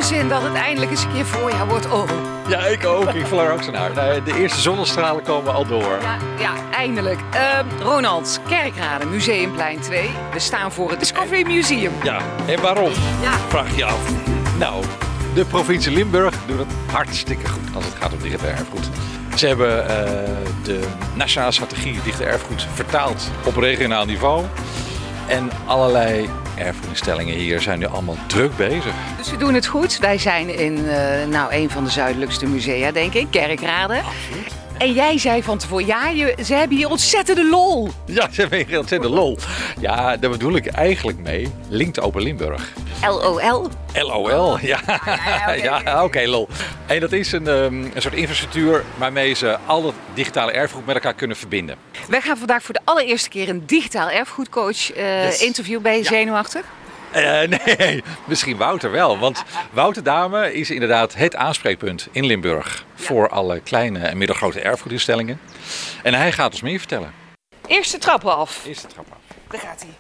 zin dat het eindelijk eens een keer voorjaar wordt. Oh. Ja, ik ook. Ik verlang ook zo naar. De eerste zonnestralen komen al door. Ja, eindelijk. Ronald, Kerkrade, Museumplein 2. We staan voor het Discovery Museum. Ja, en waarom? Ja. Vraag je je af. Nou, de provincie Limburg doet het hartstikke goed als het gaat om digitaal erfgoed. Ze hebben de nationale strategie digitaal erfgoed vertaald op regionaal niveau. En allerlei erfgoedinstellingen hier zijn nu allemaal druk bezig. Dus we doen het goed. Wij zijn in een van de zuidelijkste musea, denk ik, Kerkrade. Absoluut. En jij zei van tevoren, ze hebben hier ontzettende lol. Ja, ze hebben hier ontzettend lol. Ja, daar bedoel ik eigenlijk mee. Linked Open Limburg. LOL? LOL, ja. Oké, lol. En dat is een soort infrastructuur waarmee ze al het digitale erfgoed met elkaar kunnen verbinden. Wij gaan vandaag voor de allereerste keer een digitaal erfgoedcoach interview. Ben je zenuwachtig? Nee, misschien Wouter wel. Want Wouter Dame is inderdaad het aanspreekpunt in Limburg voor alle kleine en middelgrote erfgoedinstellingen. En hij gaat ons meer vertellen. Eerste trap af. Eerste trap af. Daar gaat hij.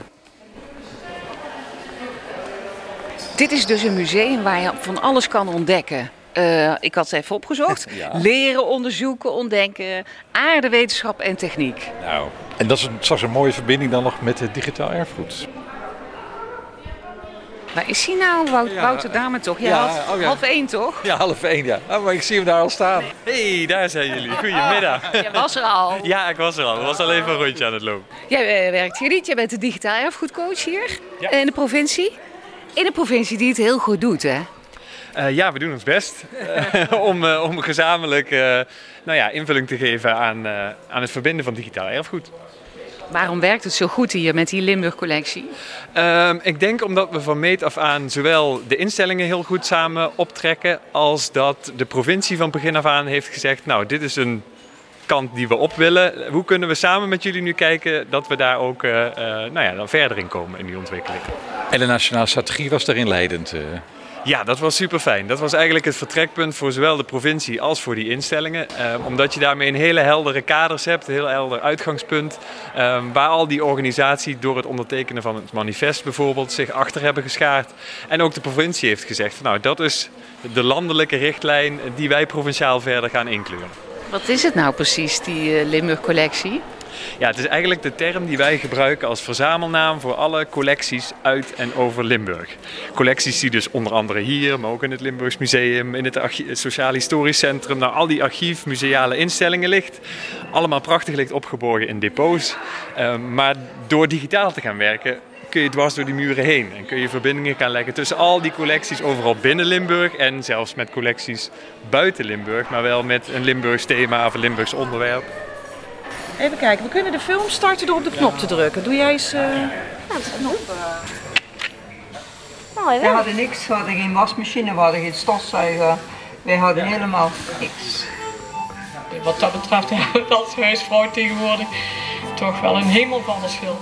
Dit is dus een museum waar je van alles kan ontdekken. Ik had het even opgezocht. Ja. Leren, onderzoeken, ontdekken, aardewetenschap en techniek. Nou, en dat is straks een mooie verbinding dan nog met het digitaal erfgoed. Maar is hij nou, Wouter Dame toch? Half 1 toch? Ja, 12:30, ja. Oh, maar ik zie hem daar al staan. Hey, daar zijn jullie. Goedemiddag. Jij was er al. Ja, ik was er al. Ik was al even een rondje aan het lopen. Jij werkt hier niet. Jij bent de digitaal erfgoedcoach hier in de provincie. In een provincie die het heel goed doet, hè? Ja, we doen ons best om gezamenlijk invulling te geven aan het verbinden van digitaal erfgoed. Waarom werkt het zo goed hier met die Limburg-collectie? Ik denk omdat we van meet af aan zowel de instellingen heel goed samen optrekken, als dat de provincie van begin af aan heeft gezegd, nou, dit is een kant die we op willen. Hoe kunnen we samen met jullie nu kijken dat we daar ook dan verder in komen in die ontwikkeling? En de nationale strategie was daarin leidend. Ja, dat was super fijn. Dat was eigenlijk het vertrekpunt voor zowel de provincie als voor die instellingen. Omdat je daarmee een hele heldere kaders hebt, een heel helder uitgangspunt. Waar al die organisaties door het ondertekenen van het manifest bijvoorbeeld zich achter hebben geschaard. En ook de provincie heeft gezegd, nou, dat is de landelijke richtlijn die wij provinciaal verder gaan inkleuren. Wat is het nou precies, die Limburg-collectie? Ja, het is eigenlijk de term die wij gebruiken als verzamelnaam voor alle collecties uit en over Limburg. Collecties die dus onder andere hier, maar ook in het Limburgs Museum, in het Sociaal Historisch Centrum, nou al die archief, museale instellingen ligt. Allemaal prachtig ligt opgeborgen in depots. Maar door digitaal te gaan werken kun je dwars door die muren heen. En kun je verbindingen gaan leggen tussen al die collecties overal binnen Limburg en zelfs met collecties buiten Limburg, maar wel met een Limburgs thema of een Limburgs onderwerp. Even kijken, we kunnen de film starten door op de knop te drukken. Doe jij eens... We hadden niks, we hadden geen wasmachine, we hadden geen stofzuiger. Wij hadden helemaal niks. Wat dat betreft hebben we als huisvrouw tegenwoordig toch wel een hemel van verschil.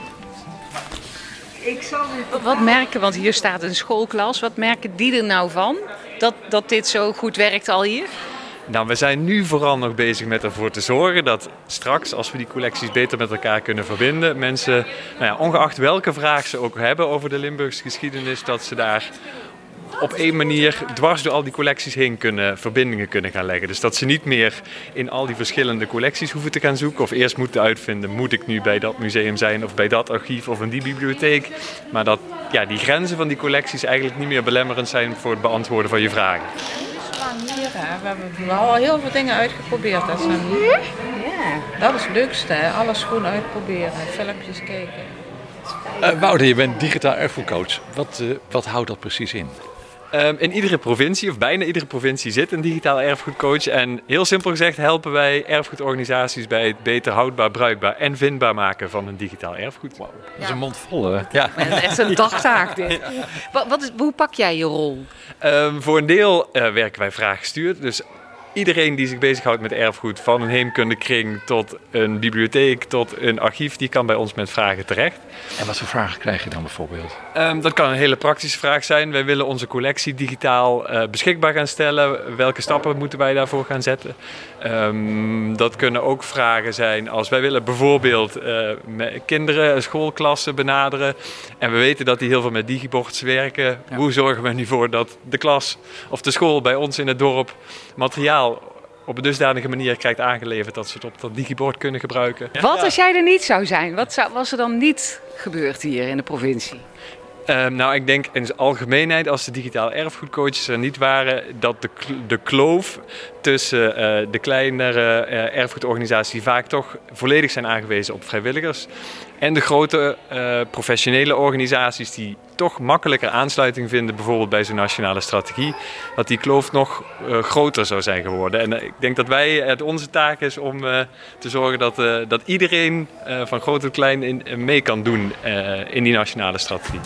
Wat merken, want hier staat een schoolklas, wat merken die er nou van? Dat dit zo goed werkt al hier? Nou, we zijn nu vooral nog bezig met ervoor te zorgen dat straks, als we die collecties beter met elkaar kunnen verbinden, mensen, ongeacht welke vraag ze ook hebben over de Limburgse geschiedenis, dat ze daar op één manier dwars door al die collecties heen verbindingen kunnen gaan leggen. Dus dat ze niet meer in al die verschillende collecties hoeven te gaan zoeken of eerst moeten uitvinden, moet ik nu bij dat museum zijn of bij dat archief of in die bibliotheek. Maar dat die grenzen van die collecties eigenlijk niet meer belemmerend zijn voor het beantwoorden van je vragen. Hier, hè. We hebben al heel veel dingen uitgeprobeerd. Dat is het leukste, hè. Alles gewoon uitproberen, filmpjes kijken. Wouter, je bent digitaal erfgoedcoach. Wat houdt dat precies in? In iedere provincie, of bijna iedere provincie, zit een digitaal erfgoedcoach. En heel simpel gezegd helpen wij erfgoedorganisaties bij het beter houdbaar, bruikbaar en vindbaar maken van hun digitaal erfgoed. Wow, dat is een mond vol, hè? Ja. Het is echt een dagtaak dit. Hoe pak jij je rol? Voor een deel werken wij vraaggestuurd. Dus iedereen die zich bezighoudt met erfgoed, van een heemkundekring tot een bibliotheek tot een archief, die kan bij ons met vragen terecht. En wat voor vragen krijg je dan bijvoorbeeld? Dat kan een hele praktische vraag zijn. Wij willen onze collectie digitaal beschikbaar gaan stellen. Welke stappen moeten wij daarvoor gaan zetten? Dat kunnen ook vragen zijn als wij willen bijvoorbeeld kinderen, schoolklassen benaderen. En we weten dat die heel veel met digiboards werken. Ja. Hoe zorgen we nu voor dat de klas of de school bij ons in het dorp materiaal op een dusdanige manier krijgt aangeleverd dat ze het op dat digibord kunnen gebruiken. Wat als jij er niet zou zijn? Wat was er dan niet gebeurd hier in de provincie? Ik denk in zijn algemeenheid, als de digitaal erfgoedcoaches er niet waren, dat de kloof tussen de kleinere erfgoedorganisaties die vaak toch volledig zijn aangewezen op vrijwilligers en de grote professionele organisaties die toch makkelijker aansluiting vinden, bijvoorbeeld bij zo'n nationale strategie, dat die kloof nog groter zou zijn geworden. En ik denk dat het onze taak is om te zorgen dat iedereen van groot tot klein mee kan doen in die nationale strategie.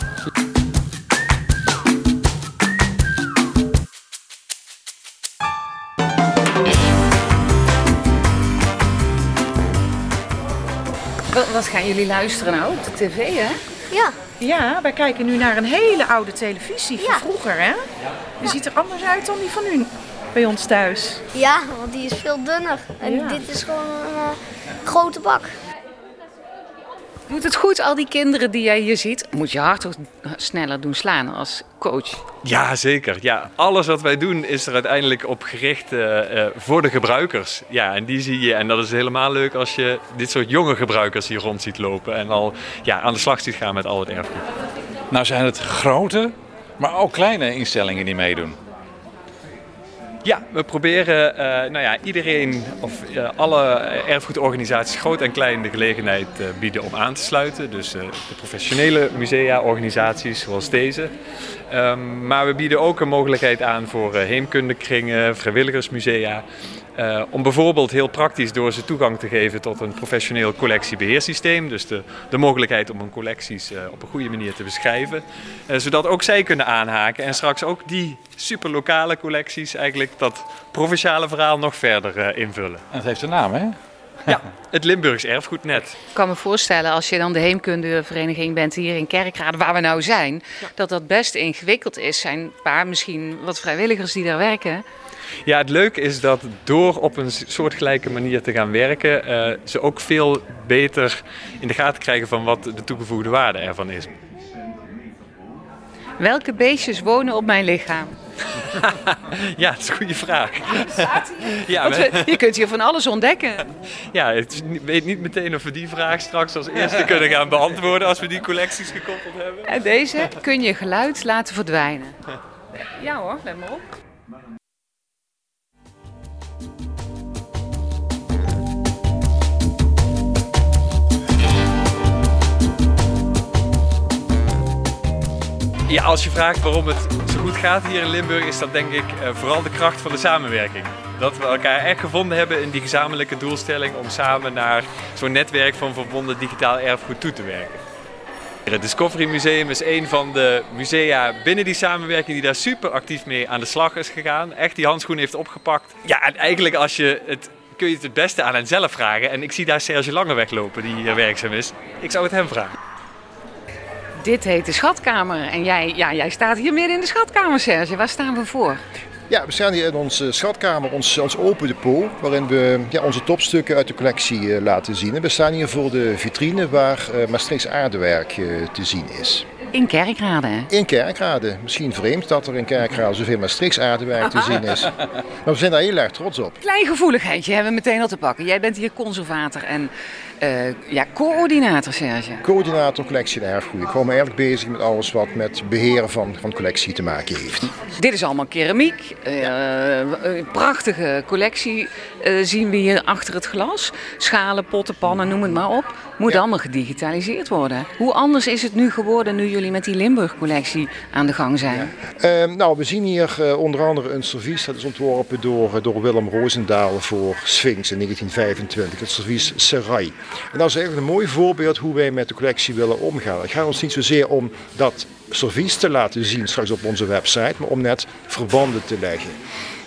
Wat gaan jullie luisteren nou op de tv, hè? Ja. Ja, wij kijken nu naar een hele oude televisie van vroeger, hè? Die ziet er anders uit dan die van nu bij ons thuis. Ja, want die is veel dunner. En dit is gewoon een grote bak. Doet het goed, al die kinderen die jij hier ziet? Moet je hart ook sneller doen slaan als coach? Ja, zeker. Ja, alles wat wij doen is er uiteindelijk op gericht voor de gebruikers. Ja, en die zie je. En dat is helemaal leuk als je dit soort jonge gebruikers hier rond ziet lopen. En al aan de slag ziet gaan met al het erfgoed. Nou zijn het grote, maar ook kleine instellingen die meedoen. Ja, we proberen iedereen of alle erfgoedorganisaties, groot en klein, de gelegenheid bieden om aan te sluiten. Dus de professionele musea, organisaties zoals deze. Maar we bieden ook een mogelijkheid aan voor heemkundekringen, vrijwilligersmusea. Om bijvoorbeeld heel praktisch door ze toegang te geven tot een professioneel collectiebeheersysteem. Dus de mogelijkheid om hun collecties op een goede manier te beschrijven. Zodat ook zij kunnen aanhaken en straks ook die superlokale collecties eigenlijk dat provinciale verhaal nog verder invullen. En het heeft een naam, hè? Ja, het Limburgs Erfgoednet. Ik kan me voorstellen, als je dan de heemkundevereniging bent hier in Kerkrade, waar we nou zijn, dat best ingewikkeld is. Zijn een paar misschien wat vrijwilligers die daar werken. Ja, het leuke is dat door op een soortgelijke manier te gaan werken, ze ook veel beter in de gaten krijgen van wat de toegevoegde waarde ervan is. Welke beestjes wonen op mijn lichaam? Ja, dat is een goede vraag. Ja, je kunt hier van alles ontdekken. Ja, ik weet niet meteen of we die vraag straks als eerste kunnen gaan beantwoorden als we die collecties gekoppeld hebben. En deze kun je geluid laten verdwijnen. Ja hoor, let maar op. Ja, als je vraagt waarom het zo goed gaat hier in Limburg, is dat denk ik vooral de kracht van de samenwerking. Dat we elkaar echt gevonden hebben in die gezamenlijke doelstelling om samen naar zo'n netwerk van verbonden digitaal erfgoed toe te werken. Het Discovery Museum is een van de musea binnen die samenwerking die daar super actief mee aan de slag is gegaan. Echt die handschoen heeft opgepakt. Ja, en eigenlijk kun je het beste aan hen zelf vragen. En ik zie daar Serge Lange weglopen die hier werkzaam is. Ik zou het hem vragen. Dit heet de Schatkamer en jij staat hier midden in de Schatkamer, Serge. Waar staan we voor? Ja, we staan hier in onze schatkamer, ons open depot, waarin we onze topstukken uit de collectie laten zien. En we staan hier voor de vitrine waar Maastrichts aardewerk te zien is. In Kerkrade, hè? In Kerkrade. Misschien vreemd dat er in Kerkrade zoveel Maastrichts aardewerk te zien is. Maar we zijn daar heel erg trots op. Klein gevoeligheidje hebben we meteen al te pakken. Jij bent hier conservator en coördinator, Serge. Coördinator collectie en erfgoed. Ik hou me eigenlijk bezig met alles wat met beheren van collectie te maken heeft. Dit is allemaal keramiek. Prachtige collectie zien we hier achter het glas. Schalen, potten, pannen, noem het maar op. Moet allemaal gedigitaliseerd worden. Hoe anders is het nu geworden nu jullie met die Limburg-collectie aan de gang zijn? We zien hier onder andere een servies. Dat is ontworpen door Willem Roosendaal voor Sphinx in 1925. Het servies Serai. En dat is eigenlijk een mooi voorbeeld hoe wij met de collectie willen omgaan. Het gaat ons niet zozeer om dat servies te laten zien straks op onze website, maar om net verbanden te leggen.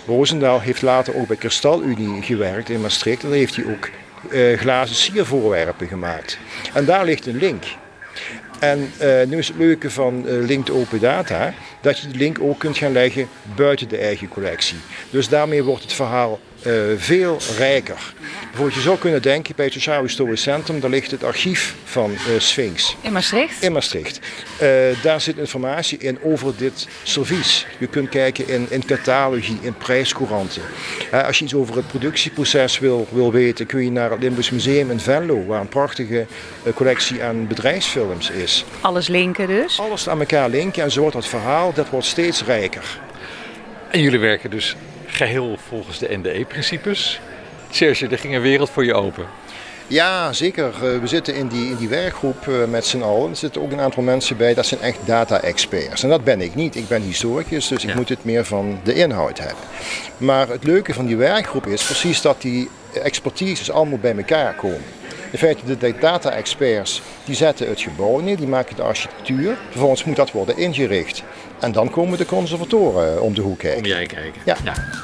Roosendaal heeft later ook bij Kristalunie gewerkt in Maastricht. En daar heeft hij ook glazen siervoorwerpen gemaakt. En daar ligt een link. En nu is het leuke van Linked Open Data dat je die link ook kunt gaan leggen buiten de eigen collectie. Dus daarmee wordt het verhaal veel rijker. Bijvoorbeeld je zou kunnen denken bij het Sociaal Historisch Centrum, daar ligt het archief van Sphinx. In Maastricht? In Maastricht. Daar zit informatie in over dit servies. Je kunt kijken in catalogie, in prijscouranten. Als je iets over het productieproces wil weten, kun je naar het Limburgs Museum in Venlo, waar een prachtige collectie aan bedrijfsfilms is. Alles linken dus? Alles aan elkaar linken en zo wordt het verhaal dat wordt steeds rijker. En jullie werken dus geheel volgens de NDE-principes. Serge, er ging een wereld voor je open. Ja, zeker. We zitten in die werkgroep met z'n allen. Er zitten ook een aantal mensen bij, dat zijn echt data-experts. En dat ben ik niet. Ik ben historicus, dus ik moet het meer van de inhoud hebben. Maar het leuke van die werkgroep is precies dat die expertises allemaal bij elkaar komen. In feite, de data-experts die zetten het gebouw neer, die maken de architectuur. Vervolgens moet dat worden ingericht. En dan komen de conservatoren om de hoek kijken. Om jij kijken. Ja.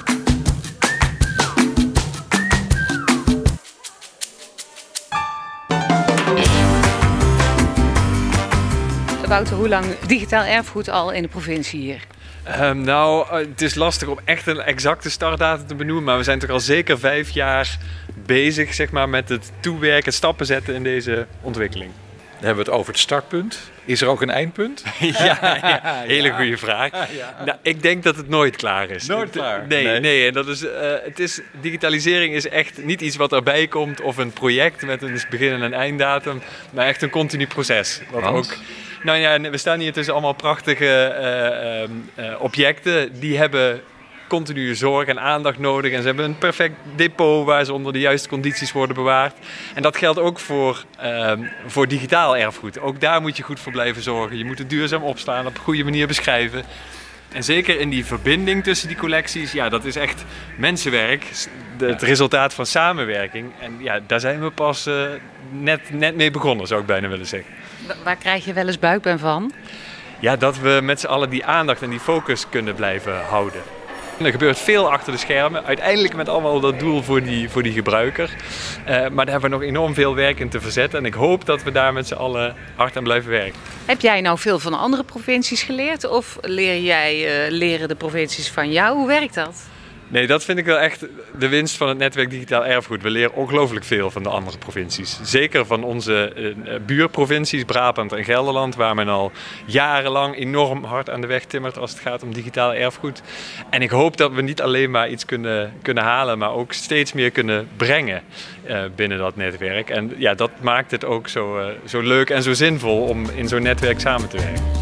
Wouter, hoe lang digitaal erfgoed al in de provincie hier? Het is lastig om echt een exacte startdatum te benoemen, maar we zijn toch al zeker 5 jaar bezig, zeg maar, met het toewerken, stappen zetten in deze ontwikkeling. Dan hebben we het over het startpunt. Is er ook een eindpunt? Ja, hele goede vraag. Nou, ik denk dat het nooit klaar is. Nooit klaar? Nee. En dat is, digitalisering is echt niet iets wat erbij komt of een project met een begin- en een einddatum, maar echt een continu proces. Nou ja, we staan hier tussen allemaal prachtige objecten. Die hebben continue zorg en aandacht nodig. En ze hebben een perfect depot waar ze onder de juiste condities worden bewaard. En dat geldt ook voor digitaal erfgoed. Ook daar moet je goed voor blijven zorgen. Je moet het duurzaam opslaan, op een goede manier beschrijven. En zeker in die verbinding tussen die collecties, ja, dat is echt mensenwerk. Het resultaat van samenwerking. En ja, daar zijn we pas net mee begonnen, zou ik bijna willen zeggen. Waar krijg je wel eens buikpijn van? Ja, dat we met z'n allen die aandacht en die focus kunnen blijven houden. En er gebeurt veel achter de schermen. Uiteindelijk met allemaal dat doel voor die gebruiker. Maar daar hebben we nog enorm veel werk in te verzetten. En ik hoop dat we daar met z'n allen hard aan blijven werken. Heb jij nou veel van andere provincies geleerd? Of leren de provincies van jou? Hoe werkt dat? Nee, dat vind ik wel echt de winst van het netwerk Digitaal Erfgoed. We leren ongelooflijk veel van de andere provincies. Zeker van onze buurprovincies, Brabant en Gelderland, waar men al jarenlang enorm hard aan de weg timmert als het gaat om digitaal erfgoed. En ik hoop dat we niet alleen maar iets kunnen halen, maar ook steeds meer kunnen brengen binnen dat netwerk. En ja, dat maakt het ook zo leuk en zo zinvol om in zo'n netwerk samen te werken.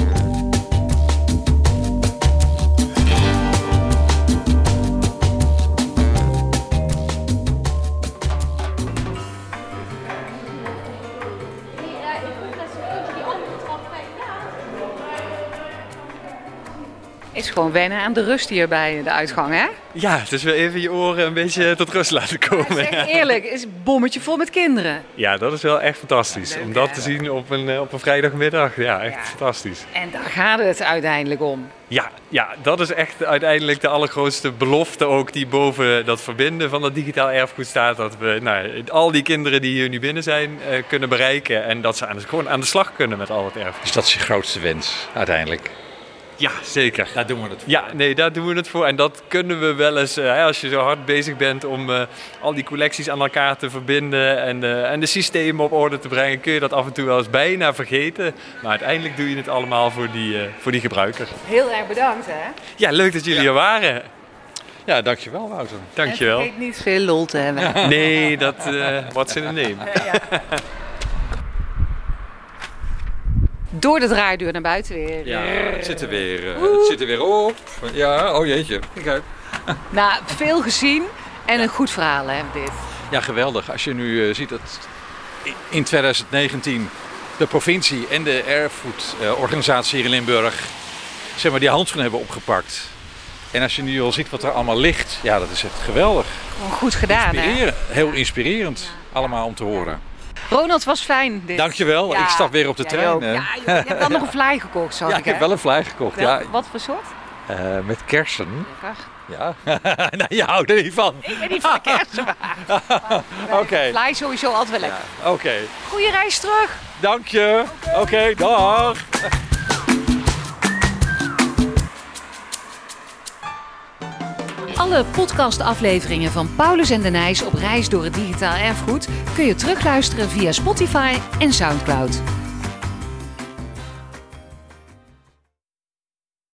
Is gewoon wennen aan de rust hier bij de uitgang, hè? Ja, dus weer even je oren een beetje tot rust laten komen. Zeg eerlijk, is een bommetje vol met kinderen. Ja, dat is wel echt fantastisch. Leuk, om dat te zien op een vrijdagmiddag. Ja, echt fantastisch. En daar gaat het uiteindelijk om. Ja, dat is echt uiteindelijk de allergrootste belofte ook die boven dat verbinden van dat digitaal erfgoed staat. Dat we al die kinderen die hier nu binnen zijn kunnen bereiken. En dat ze gewoon aan de slag kunnen met al het erfgoed. Dus dat is je grootste wens uiteindelijk? Ja, zeker. Daar doen we het voor. Ja, nee, daar doen we het voor. En dat kunnen we wel eens, als je zo hard bezig bent om al die collecties aan elkaar te verbinden en de systemen op orde te brengen, kun je dat af en toe wel eens bijna vergeten. Maar uiteindelijk doe je het allemaal voor die gebruiker. Heel erg bedankt, hè? Ja, leuk dat jullie er waren. Ja, dankjewel, Wouter. Dankjewel. En vergeet niet veel lol te hebben. Nee, dat what's in a name. Ja. Door de draaideur naar buiten weer. Ja, het zit er weer op. Ja, oh jeetje. Kijk uit. Nou, veel gezien en een goed verhaal, hè, dit. Ja, geweldig. Als je nu ziet dat in 2019 de provincie en de erfgoedorganisatie hier in Limburg, zeg maar, die handschoen hebben opgepakt. En als je nu al ziet wat er allemaal ligt, ja, dat is echt geweldig. Gewoon goed gedaan, hè? Heel inspirerend. Allemaal om te horen. Ronald, was fijn dit. Dankjewel, ik stap weer op de trein. Ja, je hebt dan nog een fly gekocht, zag ik. Ja, ik heb wel een fly gekocht. Ja. Wat voor soort? Met kersen. Lekker. Ja? Nou, je houdt er niet van. Ik ben niet van de kerstwagen. Oké. Fly sowieso altijd wel lekker. Ja, oké. Goeie reis terug. Dank je. Oké, dag. Alle podcastafleveringen van Paulus en de Nijs op reis door het digitaal erfgoed kun je terugluisteren via Spotify en Soundcloud.